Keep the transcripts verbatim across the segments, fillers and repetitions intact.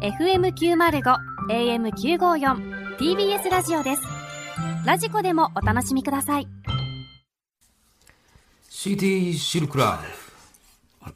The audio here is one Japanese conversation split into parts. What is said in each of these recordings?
エフエムきゅうまるご、エーエムきゅうごよん ティービーエス ラジオです。ラジコでもお楽しみください。 シティシルクラブ。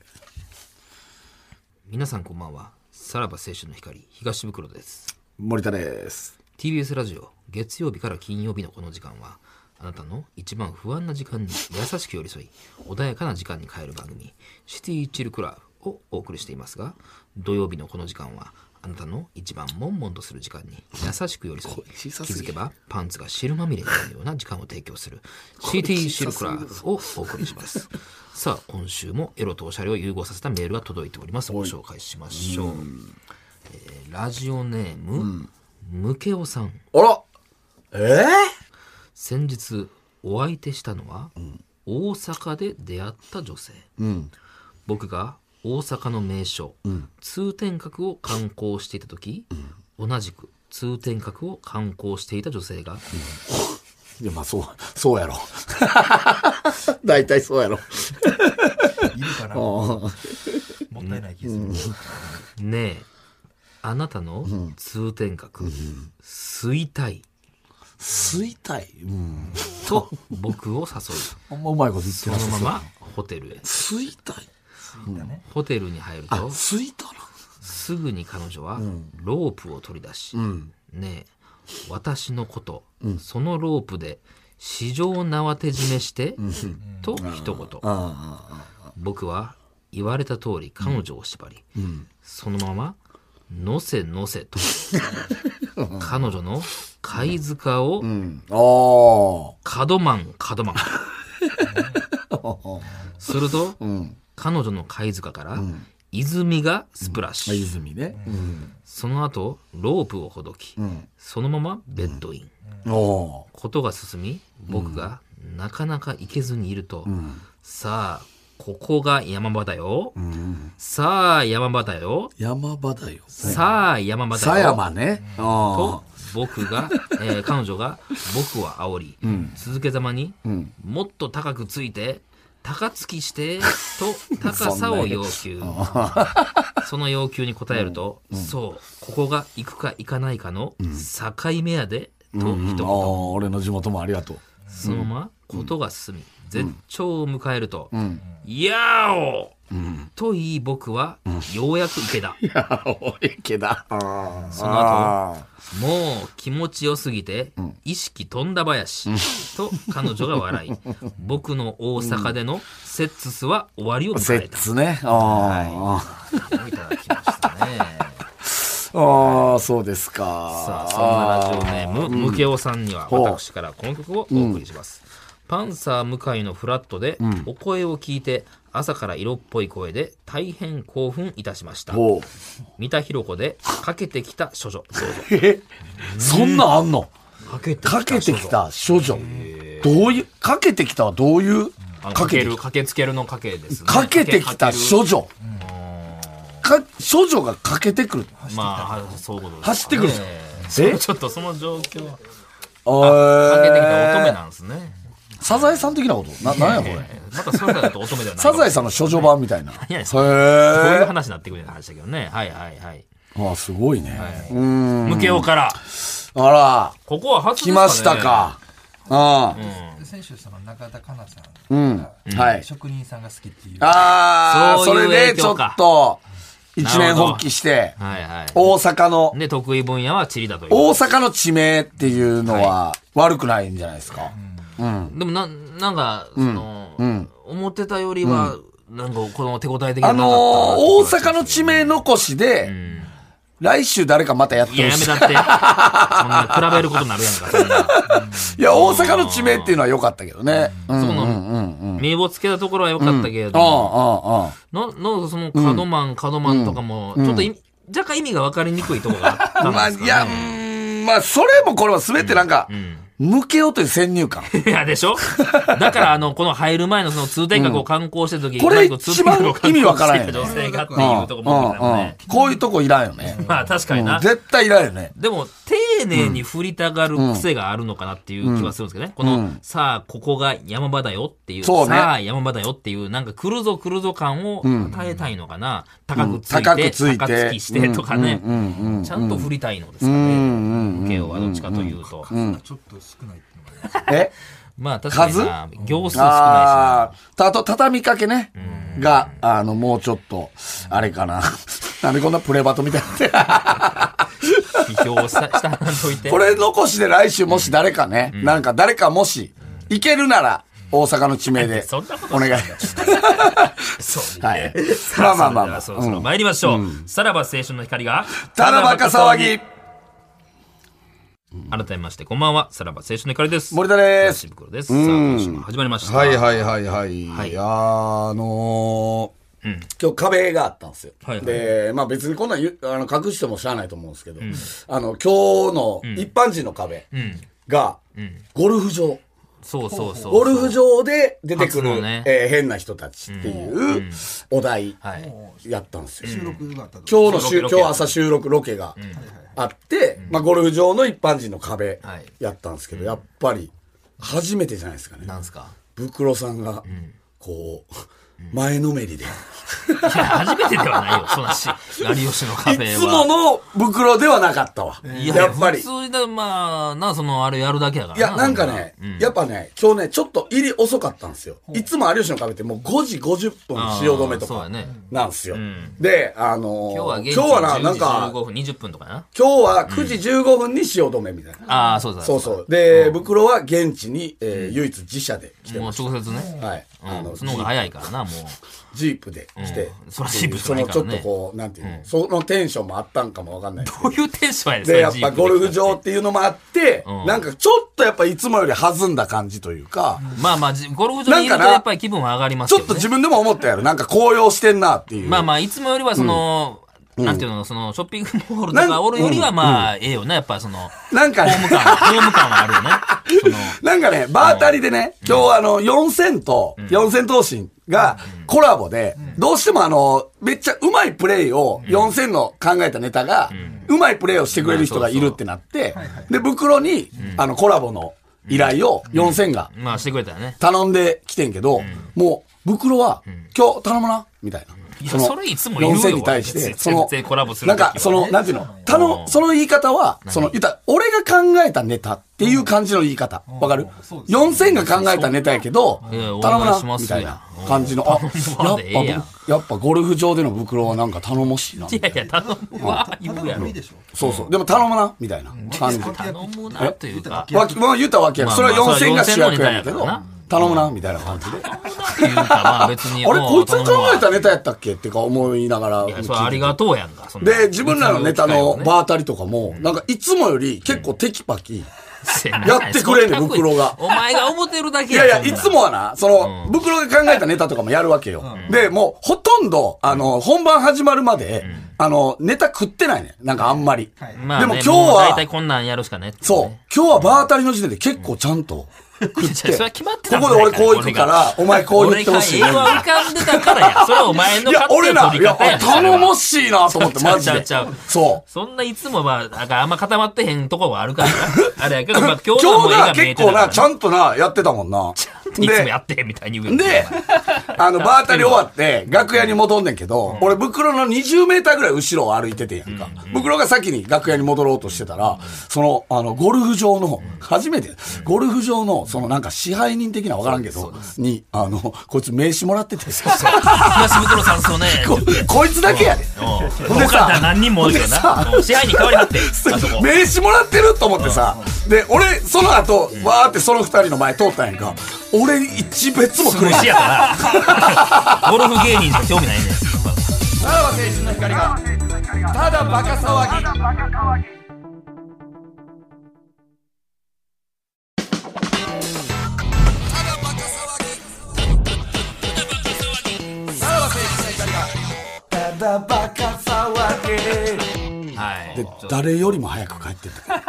皆さんこんばんは。さらば青春の光、東袋です。 森田です。 ティービーエス ラジオ、月曜日から金曜日のこの時間は、あなたの一番不安な時間に優しく寄り添い、穏やかな時間に変える番組、シティチルクラブをお送りしていますが、土曜日のこの時間は、あなたの一番悶々とする時間に優しく寄り添い、気づけばパンツが汁まみれになるような時間を提供するシティシルクラブをお送りします。さあ、今週もエロとおしゃれを融合させたメールが届いております。ご紹介しましょう。えー、ラジオネーム、うん、ムケオさん。 あら、えー、 先日お相手したのは、うん、大阪で出会った女性、うん、僕が大阪の名所、うん、通天閣を観光していた時、うん、同じく通天閣を観光していた女性が、うん、 いやまあそうそうやろ大体そうやろいるかなもったいない気がする、 うん、ねえ、あなたの通天閣、うん、吸いたい吸いたい、うん、 と僕を誘うあんまうまいこと言ってなさそう。 そのままホテルへ。 吸いたい、 うん、ホテルに入ると吸いたな。 すぐに彼女はロープを取り出し、うん、ねえ、私のこと、うん、そのロープで四条縄手締めして、うん、と一言、うん、僕は言われた通り彼女を縛り、うん、そのままのせのせと彼女の貝塚を、うん、角マン角マンすると、うん、彼女の貝塚から、うん、泉がスプラッシュ、うん、 泉ね、うん、 その後ロープをほどき、うん、そのままベッドイン、うん、ことが進み、僕がなかなか行けずにいると、うん、さあここが山場だよ、うん、さあ山場だよ、 山場だよ、 さあ山場だよ、 さ山ね、 と僕が、えー、彼女が僕を煽り、うん、続けざまに、うん、もっと高くついて高突きしてと高さを要求 そ, その要求に応えると、うんうん、そうここが行くか行かないかの境目やで、うん、と一言、うん、 俺の地元もありがとう。 そのままことが進み、絶頂を迎えると、うん、やお、うん、と言い僕は、うん、ようやく池田、 やお池田。 その後もう気持ちよすぎて、うん、意識飛んだ林、うん、と彼女が笑い僕の大阪でのセッツスは終わりを迎えた。 セッツね、あ、 はい、いただきましたね。 ああ、そうですか。 さあ、そんなラジオネーム、うん、ムケオさんには私からこの曲をお送りします、うん、パンサー向井のフラットで、うん、お声を聞いて朝から色っぽい声で大変興奮いたしました。三田寛子でかけてきた処女、どうぞ。 え、そんなんあんの？ かけてきた処女、どういう、かけてきたはどういう、 かける、かけつけるのかけですね。 かけてきた処女、か処女がかけてくる、 まあそういうことです、ね、 走ってくる、 え、ちょっとその状況は、あ、かけてきた乙女なんですね。 サザエさん的なことな、なんやこれ、 またそれだと乙女ではない。 サザエさんの処女版みたいな、 いや、そういう話になってくるような話だけどね。はいはいはい。 ああ、すごいね、はい、 うーん、ムケオから、 あら、 ここは初ですかね。 来ましたか。ああ、 うん、先週その中田香菜さんが、 うん、はい、 職人さんが好きっていう、 ああ、それでちょっと一年発起して、はいはい、大阪ので得意分野は地理だという、 大阪の地名っていうのは悪くないんじゃないですか、 うんうん、でもな、なんかその、うん、思ってたよりは、うん、なんかこの手応え的な、 あのー、大阪の地名残しで、うん、来週誰かまたやってほしい。 いや、やめたって。そんな比べることになるやんか、そんな。 いや、大阪の地名っていうのは良かったけどね。 その、名簿つけたところは良かったけれども、の、の、その、角マン、角マンとかも、ちょっと若干意味が分かりにくいところがあったんですかね。 まあ、いや、まあ、それもこれは全てなんか、向けようという先入観。 いや、でしょ。だから、あの、この入る前のその通天閣を観光してるとき、 これ一番意味わからんよね。 女性がっていうとこも、 こういうとこいらんよね。 まあ、確かにな。 絶対いらんよね。 でも、定丁寧に振りたがる癖があるのかなっていう気はするんですけどね。この、さあ、ここが山場だよっていう、 そうね、 さあ、山場だよっていう、なんか来るぞ来るぞ感を与えたいのかな。高くついて、 高くついて、 高つきしてとかね。ちゃんと振りたいのですかね。慶応はどっちかというと。 ちょっと少ないっていうのがあります。 えまあ確かにな、行数少ないしな。あと、畳みかけね。が、あの、もうちょっと、あれかな。なんでこんなプレバトみたいな。 批評したしたなんといて。 これ残しで来週もし誰かね、うん、なんか誰かもし、いけるなら、大阪の地名で。 そんなことお願い。 そうはい。まあまあまあまあ。 そろそろ参りましょう。うん、さらば青春の光が、 ただバカ騒ぎ。 改めまして、こんばんは。さらば青春の光です。 森田です。 東袋です。さあ、今週も始まりました。 はいはいはいはい。はい、いやあのー、うん、今日壁があったんですよ。はいはい、で、まあ別にこんなんあの隠してもしゃあないと思うんですけど、うん、あの、今日の一般人の壁が、ゴルフ場。 そうそうそう。 ゴルフ場で出てくる、ねえー、変な人たちっていうお題やったんですよ。 収録があった今日の週、今日朝収録ロケがあって、まあゴルフ場の一般人の壁やったんですけど、やっぱり初めてじゃないですかね。 なんすか？ ブクロさんが、こう、前のめりで。いや、初めてではないよ、そんなし、有吉の壁は。 いつもの袋ではなかったわ。 いや、やっぱり。普通だ、まあ、な、その、あれやるだけだからな。いや、なんかね、うん、やっぱね、今日ね、ちょっと入り遅かったんですよ。いつも有吉の壁ってもうごじごじゅっぷん汐留とかなんですよ。ねうん、で、あのー、 今日は現地今日はな、なんか、 じゅうごふん、にじゅっぷんとかな。 今日はくじじゅうごふんに汐留みたいな。 うん、ああ、そうだそうそう。で、袋は現地に、えー、唯一自社で来てます。 もう直接ね。 はい。 あの、その方が早いからな、もう。 ジープで来て、 うん、そらジープそのちょっとこう、なんていうの、うん、そのテンションもあったんかもわかんない。 どういうテンションやねん、 で、やっぱゴルフ場っていうのもあって、うん、なんかちょっとやっぱいつもより弾んだ感じというか。 うん、まあまあ、ゴルフ場にいるとやっぱり気分は上がりますよね。 ちょっと自分でも思ったやろ。なんか高揚してんなっていう。 まあまあ、いつもよりはその、うん、なんていうの、その、ショッピングモールとかおるよりはまあ、ええよね、やっぱその、 なんかね、ホーム感、ホーム感はあるよね。そのなんかね、バータリでね、今日あの、よんせんと、よんせん投信がコラボで、どうしてもあの、めっちゃうまいプレイを、よんせんの考えたネタが、うまいプレイをしてくれる人がいるってなって、で、袋に、あの、コラボの依頼をよんせんが、 まあしてくれたよね。 頼んできてんけど、もう、袋は、今日頼むな、みたいな。 いや、それいつも言うよ。 よんせんに対して、その、 コラボするなんか、その、なんていうの、頼む、その言い方は、その、言った俺が考えたネタっていう感じの言い方。わかる ?よんせん が考えたネタやけど、頼むな、みたいな感じの、あ、やっぱ、やっぱゴルフ場での袋はなんか頼もしいな。 いやいや、頼むわ、言うやろ。 そうそう。でも頼むな、みたいな感じ。 頼むな、というか。 わ、まあ言ったわけや。それはよんせんが主役やねんけど、頼むな、みたいな感じで。 っていうか、まあ別に。 あれ、こいつが考えたネタやったっけってか思いながら。 いや、それありがとうやんか。 で、自分らのネタのバータリとかも、なんかいつもより結構テキパキ、やってくれんねん、袋が。 お前が思ってるだけや。 いやいや、いつもはな、その、袋が考えたネタとかもやるわけよ。で、もう、ほとんど、あの、本番始まるまで、あの、ネタ食ってないねん。なんかあんまり。でも今日は、 大体こんなんやるしかね。 そう。今日はバータリの時点で結構ちゃんと、食って。 それは決まってたここで俺こう行くから、お前こう言ってほしい。 俺が浮かんでたからや。それはお前の勝手な取り方や。 いや、頼もしいなと思って、マジで。そう。 そんないつもまあ、あんま固まってへんところがあるからな。あれやけど、まあ今日はもう今結構な、ちゃんとな、やってたもんな。 いつもやってみたいに言うで、あの、バータリ終わって、楽屋に戻んねんけど、俺、袋のにじゅうメーターぐらい後ろを歩いててんやんか。袋が先に楽屋に戻ろうとしてたら、その、あの、ゴルフ場の、初めて、ゴルフ場の、そのなんか支配人的なわからんけど、に、あの、こいつ名刺もらってて。 そうそう。東袋さんそうね。 こいつだけやで。 ほんでさ、何人もおるけどな。支配人変わりはって。 名刺もらってると思ってさ、で、俺、その後、わーってその二人の前通ったんやんか。俺一別もくれへん。 やからゴルフ芸人しか興味ないねん。 さらば青春の光がただバカ騒ぎ。ただバカ騒ぎ。はい。で誰よりも早く帰ってったから。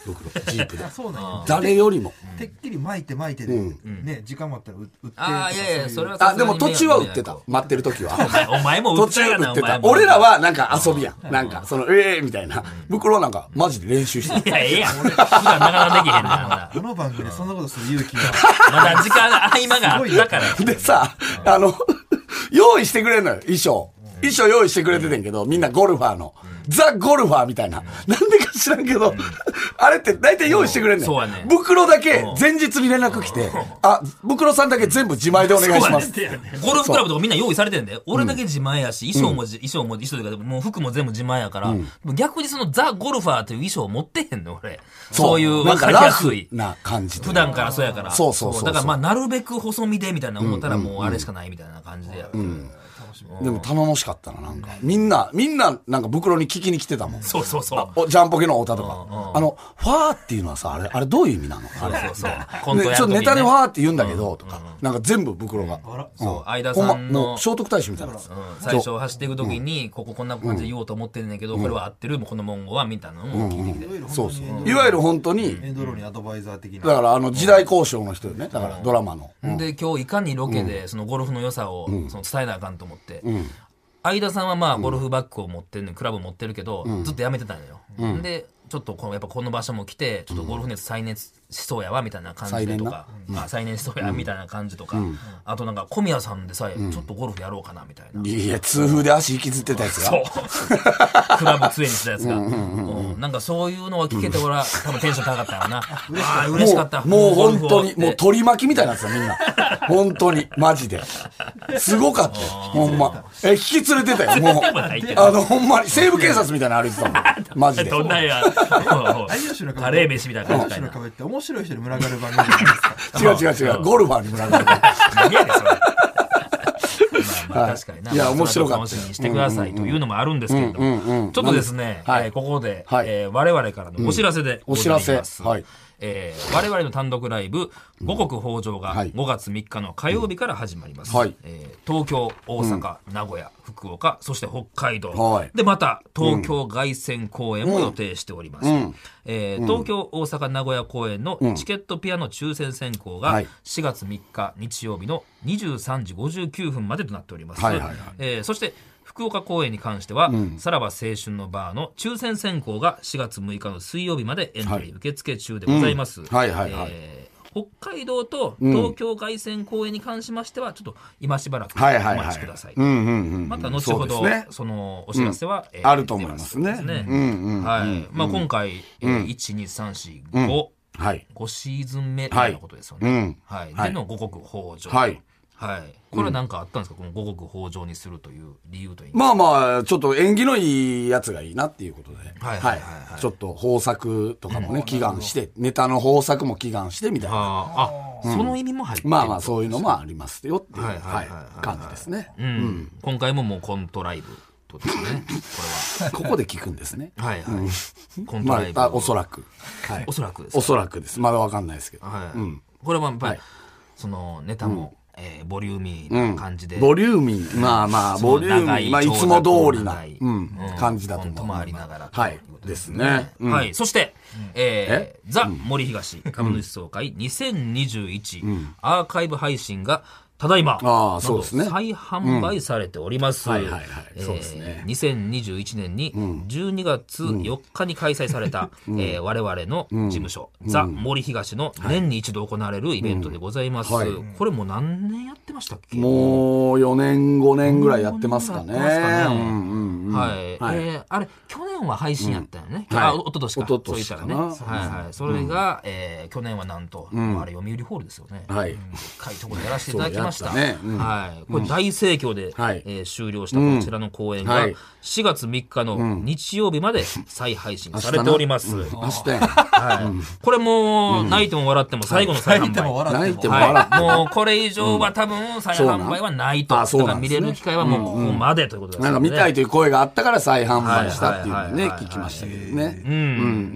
袋ジープでそうなんや。 誰よりもてっきり巻いて巻いてで、ね、時間もあったら売ってとか。 ああ、いやいや、それはあでも途中は売ってた待ってる時はお前も売途ってたがな、 中売ってたお前も。 俺らはなんか遊びやんなんかそのええー、みたいな袋なんかマジで練習していや、ええやん。普段なかなかできへんな。 この番組でそんなことする勇気は。 まだ時間、合間があったから。 でさあの用意してくれるのよ衣装衣装用意してくれててんけどみんなゴルファーのザ・ゴルファーみたいな。なんでか知らんけど、あれって大体用意してくれんねん。 そうやね。 袋だけ前日に連絡来て、あ、袋さんだけ全部自前でお願いします。 ゴルフクラブとかみんな用意されてんで。俺だけ自前やし、衣装も、衣装も、衣装とか、もう服も全部自前やから、逆にそのザ・ゴルファーという衣装を持ってへんの、俺。そういう分かりやすい。 な感じで。 普段からそうやから。 そうそうそう。 だからまあ、なるべく細身でみたいな思ったらもうあれしかないみたいな感じでやってる。 でも頼もしかったな、なんか。みんな、みんな、なんか袋に聞きに来てたもん。 そうそうそう。 おジャンポケの太田とか。あの、ファーっていうのはさ、あれ、あれどういう意味なのあれ。 そうそう。 コントやるちょっとネタでファーって言うんだけど、とか。なんか全部袋が。 そう、相田さんの。 聖徳太子みたいなやつ。 最初走っていくときに、こここんな感じで言おうと思ってんねんけど、これは合ってるこの文言はみたいなのを聞いてきて。 そうそう。いわゆる本当に。 エンドローにアドバイザー的な。 だからあの、時代交渉の人よね。だからドラマの。 で、今日いかにロケで、そのゴルフの良さをその伝えなあかんと思って。相田さんはまあゴルフバッグを持ってるね、クラブ持ってるけど、ずっとやめてたんよ。うん、で、ちょっとこのやっぱこの場所も来て、ちょっとゴルフ熱再燃しそうやわみたいな感じでとか、うん、あ再燃しそうやみたいな感じとか、うん、あとなんか小宮さんでさえちょっとゴルフやろうかなみたいな。うん、 いや痛風で足引きずってたやつが。 そう。クラブ杖にしたやつが。なんかそういうのを聞けて俺は多分テンション高かったよな。ああ嬉しかった。 もう、もう本当にもう取り巻きみたいなやつだみんな。本当にマジで。すごかったよ。ほんま。え引き連れてたよ。もうあのほんまに西部警察みたいなの歩いてたもん。マジで。 どんなんや。 有吉のカレー飯みたいな感じ。 有吉の壁って面白い人に群がる番組じゃないですか。 違う違う違う。ゴルファーに群がる。 何やねんそれ。まあ確かにな。 いや面白かった。 楽しみにしてくださいというのもあるんですけれども、ちょっとですね、ここで我々からのお知らせでございます。お知らせ。はい。えー、我々の単独ライブ五穀豊穣がごがつみっかの火曜日から始まります、はいえー、東京、大阪、うん、名古屋、福岡そして北海道、はい、でまた東京凱旋公演も予定しております、うんえー、東京、大阪、名古屋公演のチケットピアの抽選選考がしがつみっか日曜日のにじゅうさんじごじゅうきゅうふんまでとなっております、はいはいはいえー、そして福岡公演に関しては、うん、さらば青春のバーの抽選選考がしがつむいかの水曜日までエントリー受付中でございます。北海道と東京凱旋公演に関しましては、ちょっと今しばらくお待ちください。また後ほど、そ, ね、そのお知らせは、 うんえー、あると思いますね。 今回、うん、いち、に、さん、し、ご、はい、ごシーズン目ということですよね。はい、はい、での五穀豊穣。はいはい。これは何かあったんですか、うん、この五穀豊穣にするという理由といいまあまあ、ちょっと縁起のいいやつがいいなっていうことで。はいはいはい、はい。ちょっと豊作とかもね、うん、祈願して、ネタの豊作も祈願してみたいな。ああ、うん、その意味も入ってる。 まあまあ、そういうのもありますよっていう、はいはいはい、感じですね。 うん。うん、今回ももうコントライブとですね。これは。 ここで聞くんですね。 はいはい。うん、コントライブ、 まあ。おそらく。 はい。おそらくです。 おそらくです。まだわかんないですけど。はい。うん。 これはやっぱり、はい、そのネタも、うんえー、ボリューミーな感じで、 うん、ボリューミーまあまあボリューミーまあいつも通りな、うん、感じだと思う。 ともありながらはいですね、 うん、はいそして、うんえー、ザ・森東株主総会にせんにじゅういち、うん、アーカイブ配信がただいまあそうですね再販売されております。 はいはいはいそうですね。 にせんにじゅういちねんにじゅうにがつよっかに開催された、うんえー、我々の事務所、うん、ザ・森東の年に一度行われるイベントでございます。はい、これもう何年やってましたっけ？ もうよねんごねんぐらいやってますかね。 はい。えー、あれ去年は配信やったよね。うん、あ、おととしか。 おととしかね。はいはい。それが、うんえー、去年はなんと、うん、あれ読売ホールですよね。はい。深いところでやらせていただきました。ねうん、はい。これ大盛況で、うんえー、終了したこちらの公演がしがつみっかの日曜日まで再配信されております。 明日や。 はい。これもう泣いても笑っても最後の再販売。泣いても笑っても笑っても。 もうこれ以上は多分再販売はないと。だから見れる機会はもうここまでということですね。 なんか見たいという声があったから再販売したっていうのね聞きましたけどね。 うん。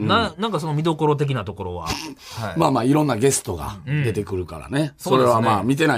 ななんかその見どころ的なところは。 まあまあいろんなゲストが出てくるからね。それはまあ見てない人にはま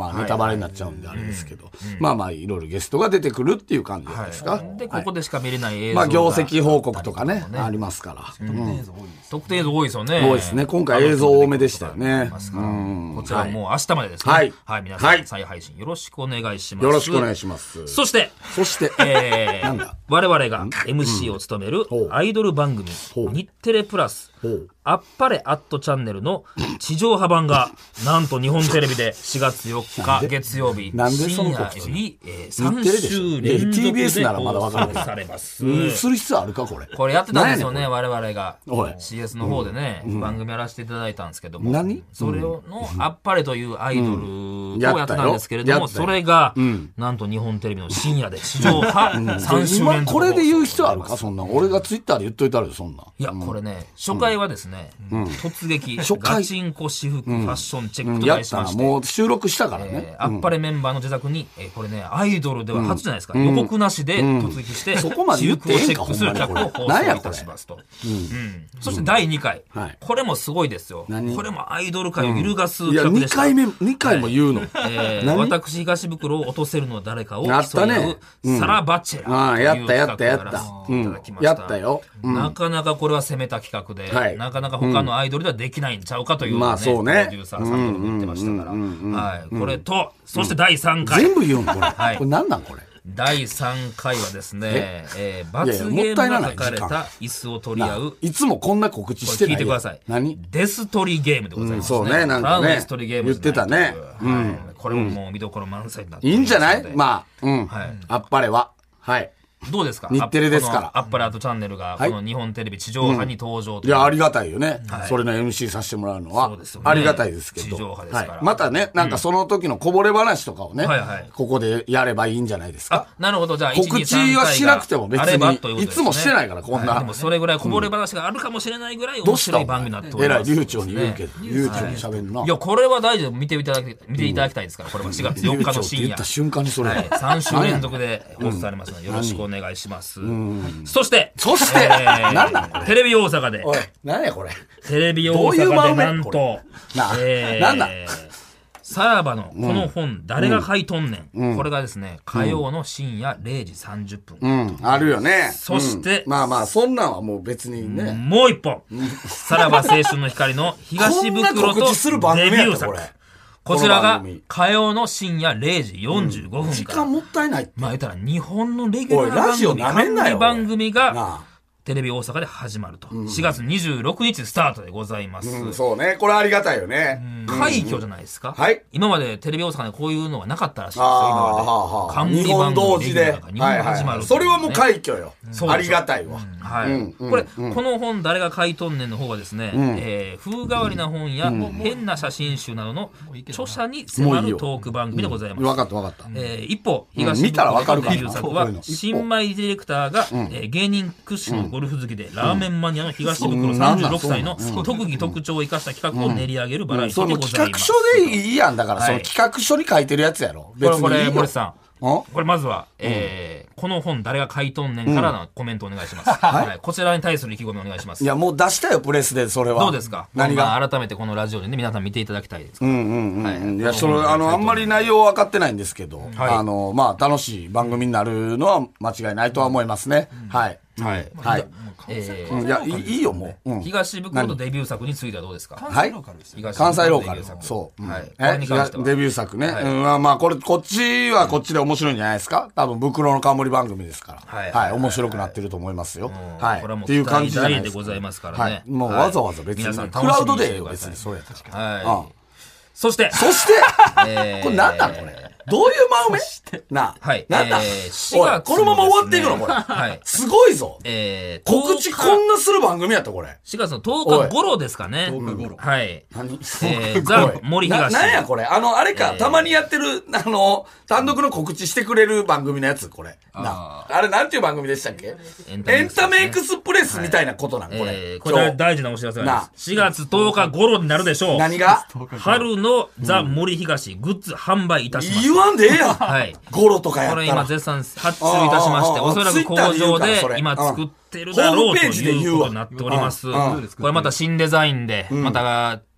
まあネタバレになっちゃうんであれですけど、まあまあいろいろゲストが出てくるっていう感じじゃないですか。 でここでしか見れない映像がまあ業績報告とかねありますから。 特典映像多いですよね。 多いですね。今回映像多めでしたよね。 こちらもう明日までですね。 はい。 はい、皆さん再配信よろしくお願いします。 よろしくお願いします。 そして、 そして、 えー、我々が エムシー を務めるアイドル番組、日テレプラス、あっぱれアットチャンネルの地上波版が、なんと日本テレビでしがつよっか月曜日、深夜よりさん週連続でティービーエス ならまだわかる放送されます。 する必要あるかこれ。 これやってたんですよね、我々が。シーエス の方でね、番組やらせていただいたんですけども。 何それのあっぱれというアイドルをやってたんですけれども、それが、なんと日本テレビの深夜で地上波さん週連続。 今これで言う必要あるかそんな。俺がツイッターで言っといたらよ、そんな。 いや、これね、初回はですね、突撃、ガチンコ私服ファッションチェックと題しまして、 もう収録したからね。 あっぱれメンバーの自宅に、これね、アイドルでは初じゃないですか。予告なしで突撃して、私服をチェックする企画を放送いたしますと。そしてだいにかい。これもすごいですよ。これもアイドル界を揺るがす企画でした。 いや、にかいめ、にかいも言うの。 私、東袋を落とせるのは誰かを競い合う、サラバチェラー。やった、やった、やった。やったよ。 なかなかこれは攻めた企画で、なかなか他のアイドルではできないんちゃうかというね、 まあそうね、 プロデューサーさんとも言ってましたから、はい、これと、そしてだいさんかい。 全部言うんこれ。はい。これ何なんこれ。 だいさんかいはですね、えー、罰ゲームが書かれた椅子を取り合う。 いつもこんな告知してない。 聞いてください。 何？ デス取りゲームでございますね。 そうね、なんかね。 デス取りゲーム言ってたね。 うん。これももう見どころ満載になっていいんじゃない？まあ、うん。あっぱれは。はい。 どうですか？ 日テレですから。 アッパレアートチャンネルがこの日本テレビ地上波に登場という、 いや、ありがたいよね。それの エムシー させてもらうのは。ありがたいですけど。 地上波ですから。 またね、なんかその時のこぼれ話とかをね、ここでやればいいんじゃないですか。 あ、なるほど。じゃあ、 告知はしなくても別に、いつもしてないから、こんな。 でもそれぐらいこぼれ話があるかもしれないぐらい面白い番組になっております。 えらい流暢に言うけど、流暢に喋るな。 いや、これは大丈夫。見ていただき、見ていただきたいですから、これはしがつよっかの深夜。 言った瞬間にそれ。 さん週連続で放送されますので、よろしくお願いします。そして、 そして、何なんこれ。 テレビ大阪で。 おい、何やこれ。 テレビ大阪でなんと、 えー、なんださらばのこの本、誰が書いとんねん。これがですね、火曜の深夜れいじさんじゅっぷん。 うん、あるよね。 そして、 まあまあ、そんなんはもう別にね。 もう一本。さらば青春の光の東袋とデビュー作。こちらが火曜の深夜れいじよんじゅうごふんから。 時間もったいないって。 まあ言ったら日本のレギュラー番組、冠番組がテレビ大阪で始まると。しがつにじゅうろくにちスタートでございます。 そうね。これありがたいよね。 快挙じゃないですか。 はい。 今までテレビ大阪でこういうのがなかったらしいですよ、今まで。冠番組レギュラーが日本で始まる。 それはもう快挙よ。ありがたいわ。 はい。これ、この本誰が書いとんねんの方はですね、え風変わりな本や変な写真集などの著者に迫るトーク番組でございます。 わかったわかった。 一方、東袋のデビュー作は、新米ディレクターが芸人屈指のゴルフ好きで、ラーメンマニアの東袋さんじゅうろくさいの特技特徴を生かした企画を練り上げるバラエティでございます。 企画書でいいやん。だから、その企画書に書いてるやつやろ。 これ、これ、森さん。これまずは、えー、この本誰が書いとんねんからのコメントお願いします。はい。こちらに対する意気込みお願いします。 いや、もう出したよ、プレスで、それは。 どうですか？何が改めてこのラジオでね、皆さん見ていただきたいですから。 うんうんうん。いや、それ、あの、あんまり内容分かってないんですけど、あの、まあ、楽しい番組になるのは間違いないとは思いますね。はい。 はい。 はい。えー、いや、いいよ、もう。 東袋とデビュー作についてはどうですか？ はい。関西ローカル。そう。はい。え、デビュー作ね。うん、まあ、これ、こっちはこっちで面白いんじゃないですか？多分、袋の冠番組ですから。はい。はい。面白くなってると思いますよ。はい。っていう感じじゃないですか。 でございますからね。 もうわざわざ別に。クラウドで別にそれやったら。 はい。そして。 そしてこれ何だこれ。どういう真埋めなあ。はい。なんだ、えー、おい、このまま終わっていくのこれ。はい。すごいぞ。えー、告知こんなする番組やったこれ。 しがつのとおか頃ですかね。とおか頃。はい。何えー、ザ・森東。 な、なんやこれ。あの、あれか、たまにやってる、あの、単独の告知してくれる番組のやつ、これ。なあれ、なんていう番組でしたっけ？エンタメエクスプレスみたいなことなん、これ。 これ大事なお知らせがあります。しがつとおか頃になるでしょう。 何が？ 春のザ・森東グッズ販売いたします。 言わんでええやん。はい。ゴロとかやったら。 これ今絶賛発注いたしまして、おそらく工場で今作ってるだろうということになっております。これまた新デザインで、また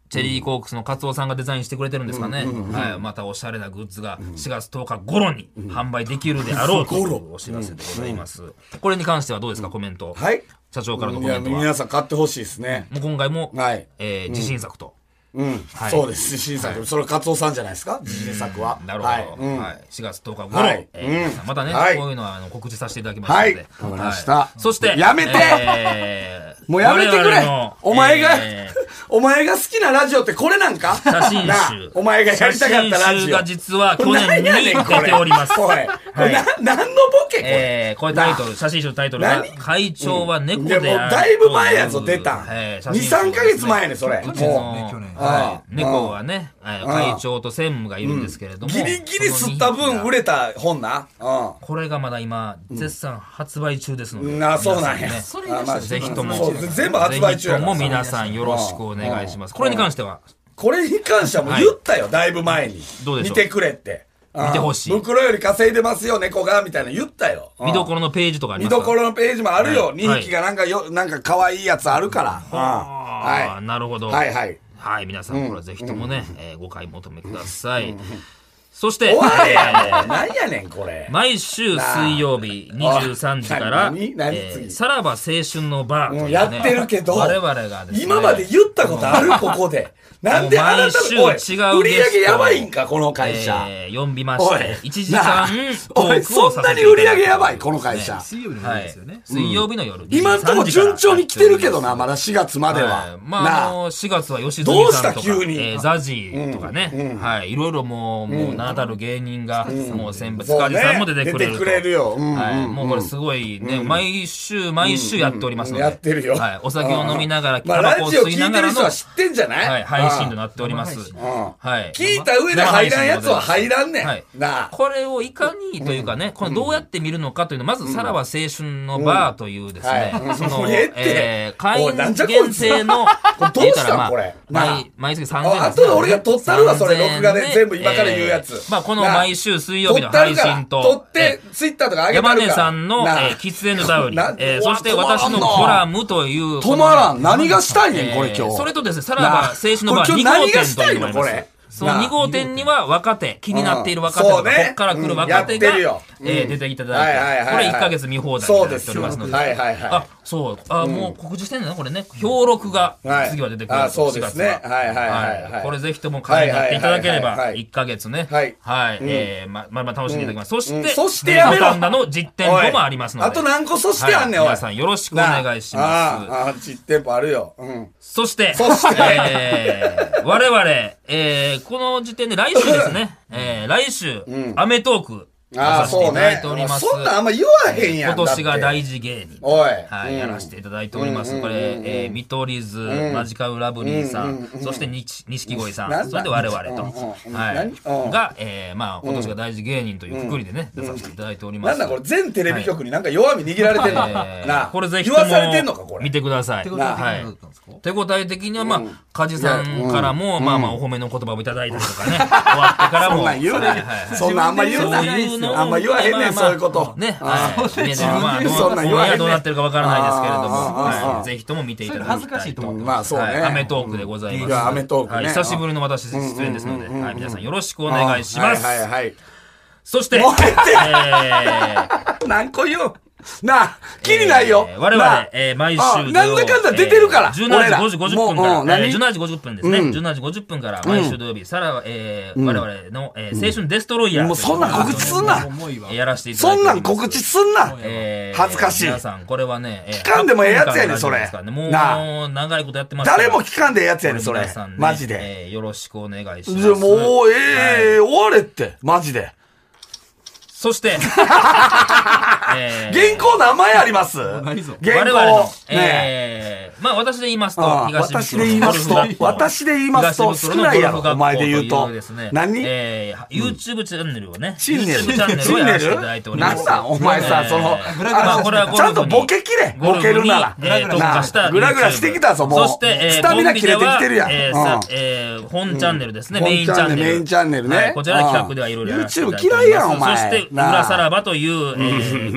チェリーコークスのカツオさんがデザインしてくれてるんですかね。はい。またおしゃれなグッズがしがつとおか頃に販売できるであろうというお知らせでございます。これに関してはどうですか、コメント。 はい。 社長からのコいや、 メントは。 皆さん買ってほしいですね。 もう今回も、 はい。 えー自信作と。 うん。 はいそうです。自信作。それはカツオさんじゃないですか、自信作は。 なるほど。 はい。うんはい。しがつとおか頃、 はいえー皆さんまたね、 はいこういうのはあの告知させていただきますのはいで。 わかりましたはいそして、 やめてえーもうやめてくれ我々のお前がえーお前が好きなラジオってこれなんか写真集なあお前がやりたかったラジオ。 写真集が実は去年に何やねんこれ出ております。 おい。これな、何のボケこれ。 えー、これタイトル、写真集のタイトルが何、 会長は猫いや、 である。 もうだいぶ前やぞ、出た。 えーに、さんかげつ前やね、それ。 うちのも去年はい、 うん猫はね、えー会長と専務がいるんですけれどう。 も。 ギリギリ吸った分売れた本な。うこれがまだ今、絶賛発売中ですので。 ん。なあ、そうなんや。 皆さんねあまあぜひとも、 そう全部発売中やぜひともから。 皆さんよろしくお願いします。これに関しては、 これに関してはもう言ったよ、だいぶ前に。 どうでしょう見てくれって。 見てほしいうん袋より稼いでますよ、猫が、みたいな言ったよ。うん見どころのページとかあり見ますかどころのページもあるよ。 はいにひきがなんかよ、なんか可愛いやつあるから。うんあーはなるほど。 い。はいはい。 はい、皆さん、これはぜひともね、えーご買い求めください。そして、 終われえや、 ーもう。なんやねん、これ。 毎週水曜日にじゅうさんじから、 何何えー次さらば青春のバーというね、 うんやってるけど我々がですね、 今まで言ったことあるここで。なんであなたの、おい、 毎週違う売りゲスト上げやばいんか、この会社。 えー呼びましおいて、いちじかんなあトおい、 ークをそんさせていただいてなに売り上げやばい、この会社。 水曜日の夜はいですよね。 水曜日の夜、 今んとこ順調に来てるけどな、まだしがつまではいは。 まあ、 なあの、しがつは吉どうした住さんとか、 急にえーザジーとかね、はい、いろいろもう、もう、名だたる芸人が、もう先輩、 そうね塚地さんも出てくれると。 出てくれるようんうんはい、もうこれすごいね、毎週、毎週やっておりますので。 やってるよはい、お酒を飲みながら、 まあ、 タバコをラジオ聞い吸いながらの、 てる人は知ってんじゃないはい、配信となっております。 うんはい。 聞いた上で入らんやつは入らんねん。 はいなあ。 これをいかにというかね、このどうやって見るのかというのは、まず、さらば青春のバーというですねうんは、いその、 もうええってえー会おいなん員じゃこいつ限定の、 これどうしたん言ったらまあこれなあ毎毎月さんぜんえんあですね後で俺が撮ったるわそれさんぜんえん録画で全部今から言うやつえーまあ、このなあ毎週水曜日の撮ったるから配信と、 撮ってえ、 ツイッターとか上げ山根たるから。 さんの、えなあー、キツエンドダウリなえーそしてうわ私の止まらんなコラムという。 止まらん。何がしたいねん、これ今日。 えーそれとですね、さらば青春のバーなあに号これ今日何が店したいのというのがあります。 これそのに号店には若手、気になっている若手とか、 うんそうねこっから来る若手うんやってるがよ、うんえー出ていただはいはいはいいて、これいっかげつ見放題になっておりますので。 そうですはいはいはいあ、そう。あ、もう告知してんだな、これね。評録がはい次は出てくると。 あそうですねしがつはいはいはいはいこれぜひとも会員になっていただければ、 はいはいはいはいいっかげつね。 はいはい。えーま、まあまあ楽しんでいただきます。そして、 うんそしてやめろ五反田の実店舗もありますので。 あと何個そしてあんねん、おい。 はい皆さんよろしくお願いします。 なあああ、実店舗あるよ。うん。 そして、 そしてえー、我々、えー、この時点で来週ですね、えー、来週、アメトーク、出ああ、 させていそうただいね。 ております。 そんなんあんま言わへんやん。 今年がだって大事芸人。 おい。 はい、 うんやらせていただいております。これ、えー、見取り図、マジカルラブリーさん、そしてにち錦鯉さん、 なんだそれで我々と、 うんうんはい何う、んが、えー、まあ、今年が大事芸人というくくりでね、出させていただいております。 なんだこれ、全テレビ局になんか弱み握られてんの、 えーなあこれぜひとも言わされてんのか、これ。 見てください。 手応え的にははいどうだったんですか？ 手応え的には、まあ、梶さんからも、まあまあ、お褒めの言葉をいただいたりとかね、終わってからも。 そんなん言うなはいはいはいそんなんあんま言うなそういうのをあんま言わへんねんまあまあそういうことね、 あはい。ね、まあ、どうそんなん言わへんねんどうなってるかわからないですけれども、 ああああはいぜひとも見ていただきたいと。 恥ずかしいと思ってまあそうね。 はいアメトークでございます。 いやアメトークねはい久しぶりの私出演ですので、はい、皆さんよろしくお願いします。 はいはいはい。 そして、 もうええってえー何個言うなあ、気にないよ。 えー我なあ 々、えー毎週あ土曜なんだかんだ出てるからえーじゅうななじごじゅうごじゅっぷんから、 もううん何えーじゅうななじごじゅっぷんですね。じゅうななじごじゅっぷんから毎週土曜日、さら、えー我々の、えー青春デストロイヤー。 もうそんな告知すんな。 重いわえーやらせていただそんいております。 なん告知すんな。 えー恥ずかしい皆さん、これはね、えー聞かんでもええやつやねんはっぷんかんのラジオですからねもう、 それな長いことやってますから。 誰も聞かんでええやつやねん、それ皆さんね。 マジで。 えーよろしくお願いします。 じゃあもう、ええ、終われって。マジで。 そして、えー原稿何枚ありますないぞ原我々の稿。、ねえー、まあ私で言いますと、 ああ東私で言いますとゴルフ学校私で言いますと東袋の少ないやろゴルフ学校お前で言うとといですね何えー、YouTube チャンネルをね、 チンネル YouTube チャンネルをやらせていただいております。 なんなんお前さえーそのまあこれはゴルフにちゃんとボケきれゴルフにボケるならえー特化したなあグラグラしてきたぞもうそして、えー、 スタミナ切れてきてるやんコンビではえーさうんえー本チャンネルですね、 うんメインチャンネル。 メインチャンネルねはいこちらで企画ではいろいろやらせていただいております。 YouTube 嫌いやんお前そして、 なあ裏さらばという、えー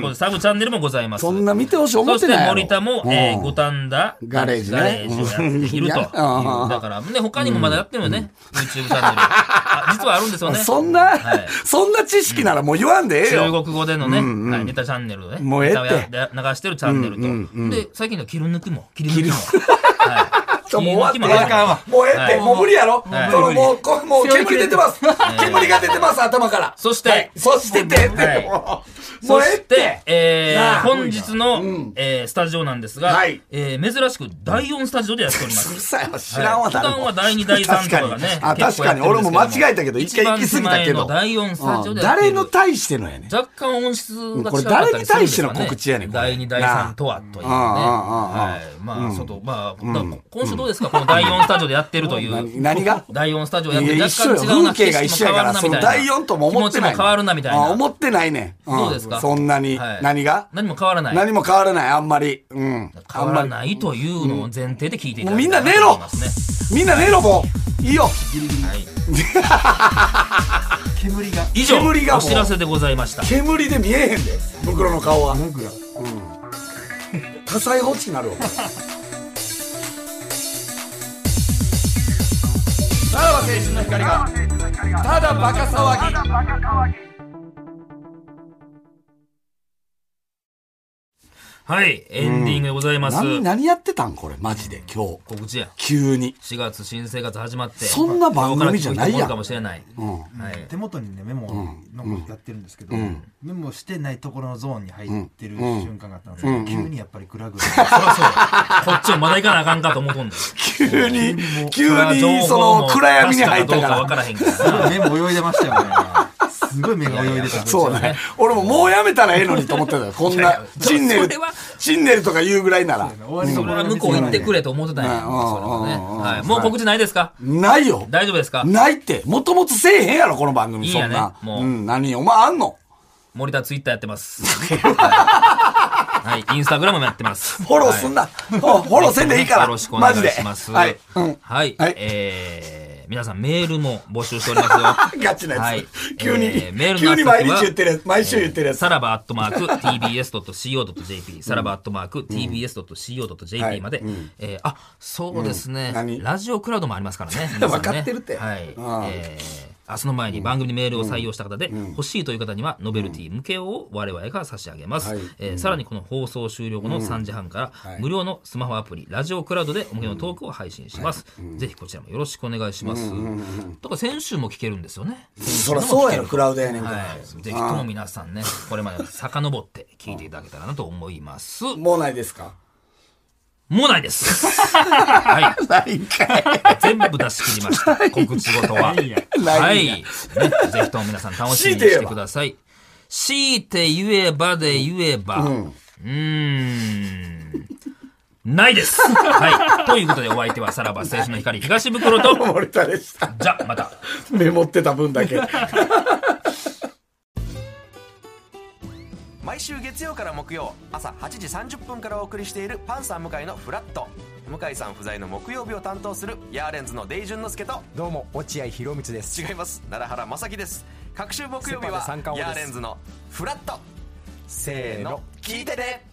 こサブチャンネルもございます。 そんな見てほしい思そしててっないやろ。 森田も、えー、五反田ガレージねガレージをやっているという。 うんだから、ね、他にもまだやってるよね。YouTube チャンネル。あ実はあるんですよね。 そんな、 はいそんな知識ならもう言わんでええよ。 中国語でのね、はい、ネタチャンネルをね。 もうええってネタをや流してるチャンネルと。で、最近の切り抜きも。切り抜きも。はい。 ちょもう終わって切り抜きももうええって、 はいもう無理やろ。 はいそのもう、こもう煙出てます。煙が出てます、頭から。 そして、 はいそしてって、 はいもうもそうええってして、。えー、 なあ本日の、えー、スタジオなんですが、 はいえー、珍しくだいよんスタジオでやっております。 うるさいわ、知らんわ、 はい普段はだいにだいさんとかがね。 確かにあ確かに俺も間違えたけど一回行き過ぎたけど一番手前のだいよんスタジオうんでやっている誰の対してのやねん。 若干音質が違かったりするんですかね。 これ誰に対しての告知やねんこれだいにだいさんとはというね。 なあはい。まあ、外、まあ、だから今週どうですかこのだいよんスタジオでやってるという。 何何がだいよんスタジオやっていや若干違うな。 風景が一緒やから、そのだいよんとも思ってない。 気持ちも変わるなみたいな。 あ思ってないね。んどうですかそんなに。 はい何が何も変わらない。 何も変わらない、あんまり。うん。 変わらないというのを前提で聞いていただきたいもうみんな寝ろと思いますね。 みんな寝ろ、もう。いいよ。 はい。 煙が以上、 煙がもうお知らせでございました。 煙で見えへんで、袋の顔は。 僕ら火災報知器になるわ。さらば青春の光が、ただバカ騒ぎ。 はい、エンディングでございます。 何、何やってたんこれ、マジで、今日。 告知や。 急に。 しがつ新生活始まって。 そんな番組じゃないやん今日から聞く人もおるかもしれない。 うん。 はい。 手元にねメモのやってるんですけど、メモしてないところのゾーンに入ってる瞬間があったんですけど、急にやっぱりグラグラそりゃそう。こっちもまだ行かなあかんかと思うとんねん。 急に、急に、その、暗闇に入ったか。 どうから分からへんからな。 目も泳いでましたよね。すごい目が泳いでた。 そうね。俺ももうやめたらええのにと思ってたよ。こんな、チンネルそれは、 チンネルとか言うぐらいなら。 終わりそれは向こう行ってくれと思ってたんや。それはね。はい。もう告知ないですか？ ないよ。 大丈夫ですか？ ないって。もともとせえへんやろ、この番組。 いいやねそんな。 もううん、何お前あんの森田ツイッターやってます。はい。インスタグラムもやってます。 フォローすんな。フォローせんでいいから。 よろしくお願いマジでします。 はい。うん。 はい。 はいえー、皆さんメールも募集しておりますよ。 ガチなやつ。 はい急に、 えーメールの急に毎日言ってるるやつ。毎週言ってるやつ。 さらばアットマーク ティービーエスドットシーオードットジェーピー さらばアットマーク ティービーエスドットシーオードットジェーピー まで、 はいうんえーあそうですね、 うん何ラジオクラウドもありますからね皆さんね分かってるってはい、 うんえーあその前に番組にメールを採用した方で、欲しいという方にはノベルティ向けを我々が差し上げます、 はいえーさらにこの放送終了後のさんじはんから、 はい無料のスマホアプリラジオクラウドでお向けのトークを配信します、ぜひこちらもよろしくお願いします、とか先週も聞けるんですよねそらそうやろ、クラウドやねんから。 はい、ぜひとも皆さんね、これまで遡って聞いていただけたらなと思います。 もうないですかもうないです。はないんかい。 い。全部出し切りました。告知ごとは。 ないんやはい。ね、ぜひとも皆さん楽しみにしてください。強いて言えばで言えば、うーん。ないです。はい。ということでお相手はさらば青春の光東袋と、 森田でした。 じゃ、また。 メモってた分だけ。 毎週月曜から木曜朝はちじさんじゅっぷんからお送りしているパンサー向井のフラット。向井さん不在の木曜日を担当するヤーレンズのデイジュンの之介と、 どうも落合博満です。 違います、奈良原正樹です。各週木曜日はセパで三冠王ですヤーレンズのフラット。せーの聞いてね。